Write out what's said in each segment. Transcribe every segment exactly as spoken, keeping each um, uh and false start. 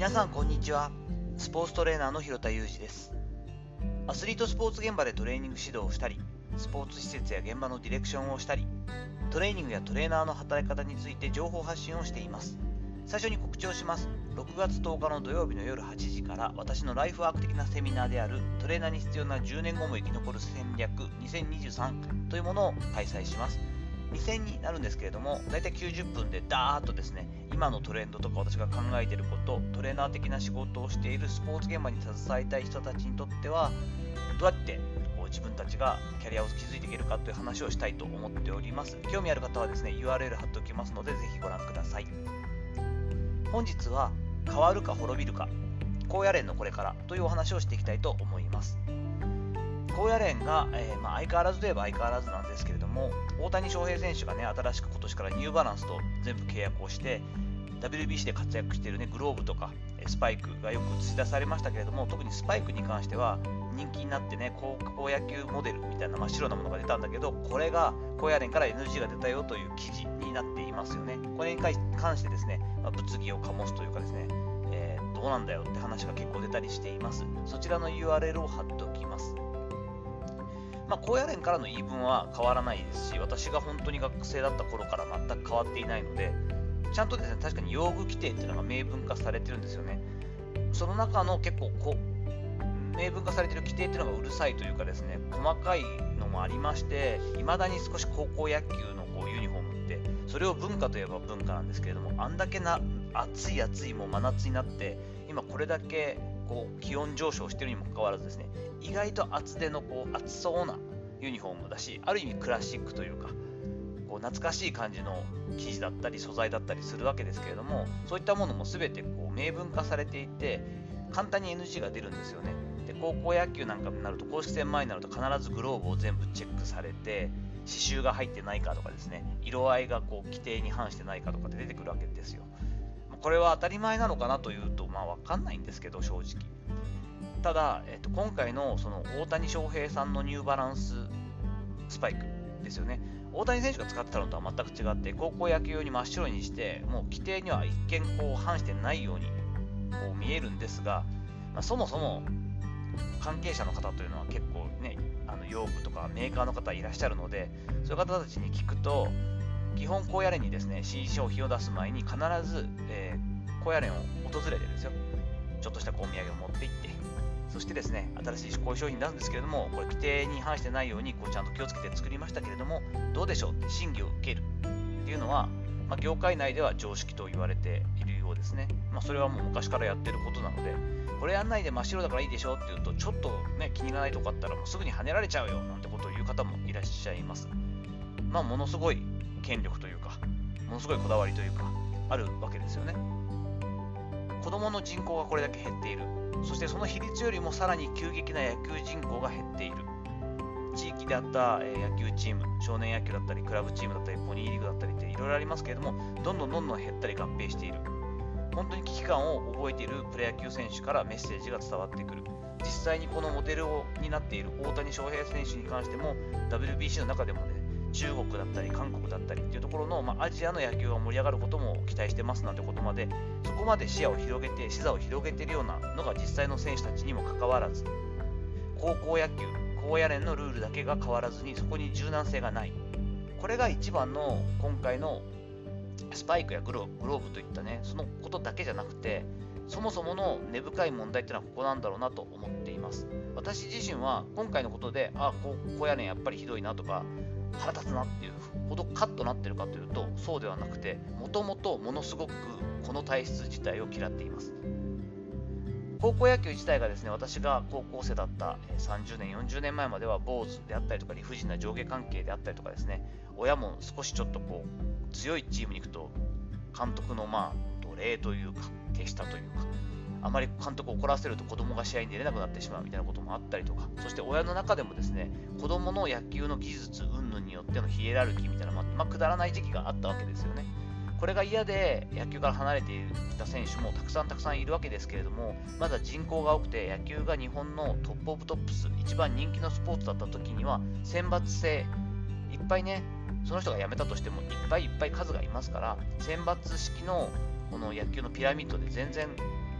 皆さんこんにちは。スポーツトレーナーの広田裕二です。アスリートスポーツ現場でトレーニング指導をしたり、スポーツ施設や現場のディレクションをしたり、トレーニングやトレーナーの働き方について情報発信をしています。最初に告知をします。ろくがつとおかの土曜日の夜はちじから私のライフワーク的なセミナーであるトレーナーに必要なじゅうねんごも生き残る戦略にせんにじゅうさんというものを開催します。にせんになるんですけれども、だいたいきゅうじゅっぷんでダーッとですね、今のトレンドとか私が考えていること、トレーナー的な仕事をしているスポーツ現場に携えたい人たちにとっては、どうやってこう自分たちがキャリアを築いていけるかという話をしたいと思っております。興味ある方はですね、ユーアールエル 貼っておきますので、ぜひご覧ください。本日は変わるか滅びるか、高野連のこれからというお話をしていきたいと思います。高野連が、えーまあ、相変わらずといえば相変わらずなんですけれども、大谷翔平選手がね、新しく今年からニューバランスと全部契約をして、ダブリュービーシー で活躍している、ね、グローブとかスパイクがよく映し出されましたけれども、特にスパイクに関しては人気になってね、高校野球モデルみたいな真っ白なものが出たんだけど、これが高野連から エヌジー が出たよという記事になっていますよね。これに関してですね、まあ、物議を醸すというかですね、えー、どうなんだよって話が結構出たりしています。そちらの ユーアールエル を貼っておきます。まあ、高野連からの言い分は変わらないですし、私が本当に学生だった頃から全く変わっていないので、ちゃんとですね、確かに用具規定っていうのが明文化されてるんですよね。その中の結構こう明文化されている規定っていうのがうるさいというかですね、細かいのもありまして、いまだに少し高校野球のこうユニフォームって、それを文化といえば文化なんですけれども、あんだけな暑い暑いもう真夏になって、今これだけこう気温上昇しているにもかかわらずですね、意外と厚手のこう暑そうなユニフォームだし、ある意味クラシックというか、こう懐かしい感じの生地だったり素材だったりするわけですけれども、そういったものも全てこう明文化されていて、簡単に エヌジー が出るんですよね。で、高校野球なんかになると、公式戦前になると必ずグローブを全部チェックされて、刺繍が入ってないかとかですね、色合いがこう規定に反してないかとかって出てくるわけですよ。これは当たり前なのかなというと、まあ分かんないんですけど、正直。ただ、えっと、今回のその大谷翔平さんのニューバランススパイクですよね。大谷選手が使ってたのとは全く違って、高校野球用に真っ白にして、もう規定には一見こう反してないようにこう見えるんですが、まあ、そもそも関係者の方というのは結構ね、あの用具とかメーカーの方いらっしゃるので、そういう方たちに聞くと、基本高野連にですね、新商品を出す前に必ず、えー、高野連を訪れてですよ、ちょっとしたお土産を持って行って、そしてですね、新しいこういう商品なんですけれども、これ規定に反してないようにこうちゃんと気をつけて作りましたけれども、どうでしょうって審議を受けるっていうのは、まあ、業界内では常識と言われているようですね。まあ、それはもう昔からやってることなので、これやんないで真っ白だからいいでしょって言うと、ちょっとね、気に入らないとこあったらもうすぐに跳ねられちゃうよなんてことを言う方もいらっしゃいます。まあ、ものすごい権力というか、ものすごいこだわりというか、あるわけですよね。子供の人口がこれだけ減っている。そしてその比率よりもさらに急激な野球人口が減っている。地域であった野球チーム、少年野球だったり、クラブチームだったり、ポニーリーグだったりっていろいろありますけれども、どんどんどんどん減ったり合併している。本当に危機感を覚えているプロ野球選手からメッセージが伝わってくる。実際にこのモデルになっている大谷翔平選手に関しても ダブリュービーシー の中でもね、中国だったり韓国だったりっていうところの、まあ、アジアの野球が盛り上がることも期待してますなんてことまで、そこまで視野を広げて視座を広げているようなのが実際の選手たちにもかかわらず、高校野球高野連のルールだけが変わらずに、そこに柔軟性がない。これが一番の今回のスパイクやグローブ、グローブといったね、そのことだけじゃなくて、そもそもの根深い問題っていうのはここなんだろうなと思っています。私自身は今回のことで、あ、高野連やっぱりひどいなとか腹立つなっていうほどカッとなってるかというと、そうではなくて、もともとものすごくこの体質自体を嫌っています。高校野球自体がですね、私が高校生だったさんじゅうねんよんじゅうねんまえまでは坊主であったりとか理不尽な上下関係であったりとかですね、親も少しちょっとこう強いチームに行くと監督のまあ奴隷というか手下というか、あまり監督を怒らせると子供が試合に出れなくなってしまうみたいなこともあったりとか、そして親の中でもですね、子供の野球の技術云々によってのヒエラルキーみたいな、まあ、まあ、くだらない時期があったわけですよね。これが嫌で野球から離れていた選手もたくさんたくさんいるわけですけれども、まだ人口が多くて野球が日本のトップオブトップス、一番人気のスポーツだった時には選抜制いっぱいね、その人が辞めたとしてもいっぱいいっぱい数がいますから、選抜式のこの野球のピラミッドで全然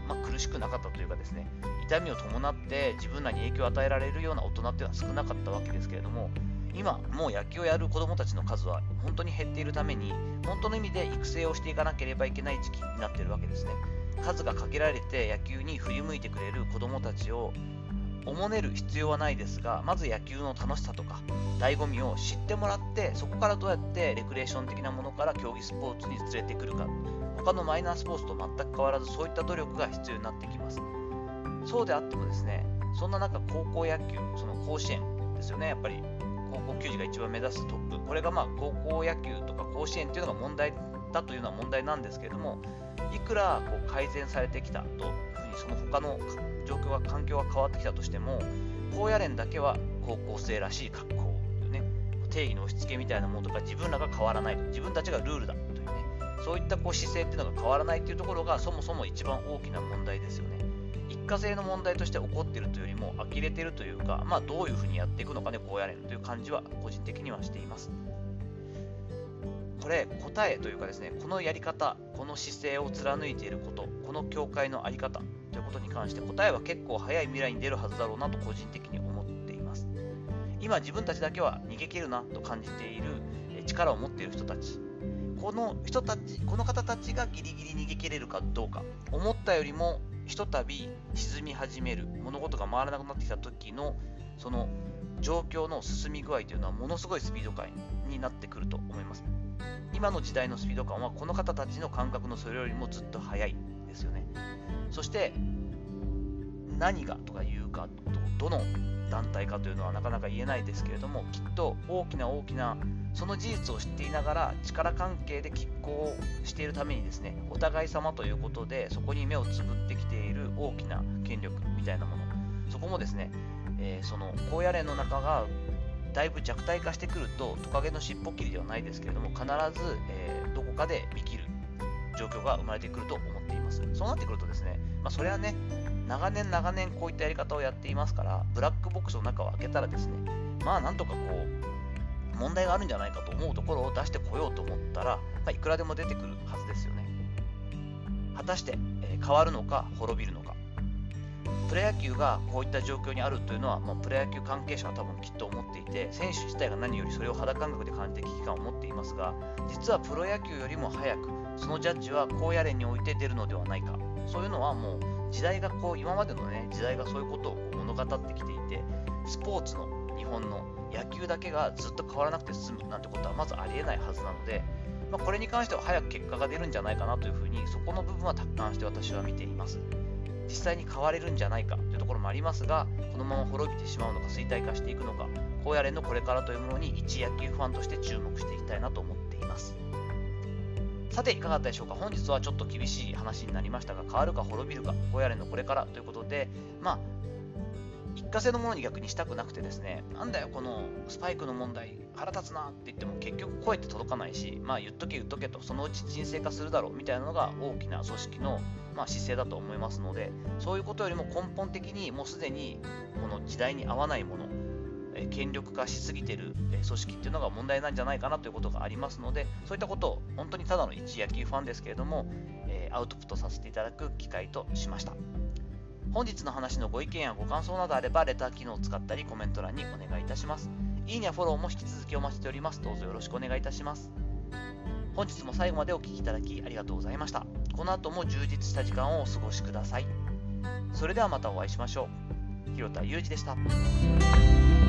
まあ、苦しくなかったというかですね、痛みを伴って自分らに影響を与えられるような大人っていうのは少なかったわけですけれども、今もう野球をやる子どもたちの数は本当に減っているために、本当の意味で育成をしていかなければいけない時期になっているわけですね。数が限られて野球に振り向いてくれる子どもたちをおもねる必要はないですが、まず野球の楽しさとか醍醐味を知ってもらって、そこからどうやってレクレーション的なものから競技スポーツに連れてくるか、他のマイナースポーツと全く変わらずそういった努力が必要になってきます。そうであってもですね、そんな中高校野球、その甲子園ですよね、やっぱり高校球児が一番目指すトップ、これがまあ高校野球とか甲子園というのが問題だというのは問題なんですけれども、いくらこう改善されてきたというふうにその他の状況が環境が変わってきたとしても、高野連だけは高校生らしい格好というね、定義の押し付けみたいなものとか自分らが変わらない、自分たちがルールだというね、そういったこう姿勢っていうのが変わらないというところがそもそも一番大きな問題ですよね。一過性の問題として起こっているというよりも呆れているというか、まあどういうふうにやっていくのかね、高野連という感じは個人的にはしています。これ答えというかですね、このやり方、この姿勢を貫いていること、この協会の在り方ということに関して答えは結構早い未来に出るはずだろうなと個人的に思っています。今自分たちだけは逃げ切るなと感じている力を持っている人たち、この人たち、この方たちがギリギリ逃げ切れるかどうか、思ったよりもひとたび沈み始める、物事が回らなくなってきた時のその状況の進み具合というのはものすごいスピード感になってくると思います。今の時代のスピード感はこの方たちの感覚のそれよりもずっと速いですよね。そして何がとかいうか、どの団体かというのはなかなか言えないですけれども、きっと大きな大きなその事実を知っていながら力関係で拮抗しているためにですね、お互い様ということでそこに目をつぶってきている大きな権力みたいなもの、そこもですね、えー、その高野連の中がだいぶ弱体化してくると、トカゲの尻尾切りではないですけれども、必ず、えー、どこかで見切る状況が生まれてくると思っています。そうなってくるとですね、まあ、それはね、長年長年こういったやり方をやっていますから、ブラックボックスの中を開けたらですね、まあなんとかこう問題があるんじゃないかと思うところを出してこようと思ったら、まあ、いくらでも出てくるはずですよね。果たして、えー、変わるのか滅びるのか。プロ野球がこういった状況にあるというのは、もうプロ野球関係者は多分きっと思っていて、選手自体が何よりそれを肌感覚で感じて危機感を持っていますが、実はプロ野球よりも早くそのジャッジは高野連において出るのではないか。そういうのはもう時代がこう、今までのね時代がそういうことをこう物語ってきていて、スポーツの日本の野球だけがずっと変わらなくて済むなんてことはまずありえないはずなので、まあ、これに関しては早く結果が出るんじゃないかなというふうに、そこの部分は達観して私は見ています。実際に変われるんじゃないかというところもありますが、このまま滅びてしまうのか衰退化していくのか、高野連のこれからというものに一野球ファンとして注目していきたいなと思っています。さていかがだったでしょうか。本日はちょっと厳しい話になりましたが、変わるか滅びるか、高野連のこれからということで、まあ一過性のものに逆にしたくなくてですね、なんだよこのスパイクの問題腹立つなって言っても結局声って届かないし、まあ言っとけ言っとけと、そのうち沈静化するだろうみたいなのが大きな組織のまあ姿勢だと思いますので、そういうことよりも根本的にもうすでにこの時代に合わないもの、え権力化しすぎている組織っていうのが問題なんじゃないかなということがありますので、そういったことを本当にただの一野球ファンですけれども、えー、アウトプットさせていただく機会としました。本日の話のご意見やご感想などあればレター機能を使ったりコメント欄にお願いいたします。いいねやフォローも引き続きお待ちしております。どうぞよろしくお願いいたします。本日も最後までお聞きいただきありがとうございました。この後も充実した時間をお過ごしください。それではまたお会いしましょう。広田裕二でした。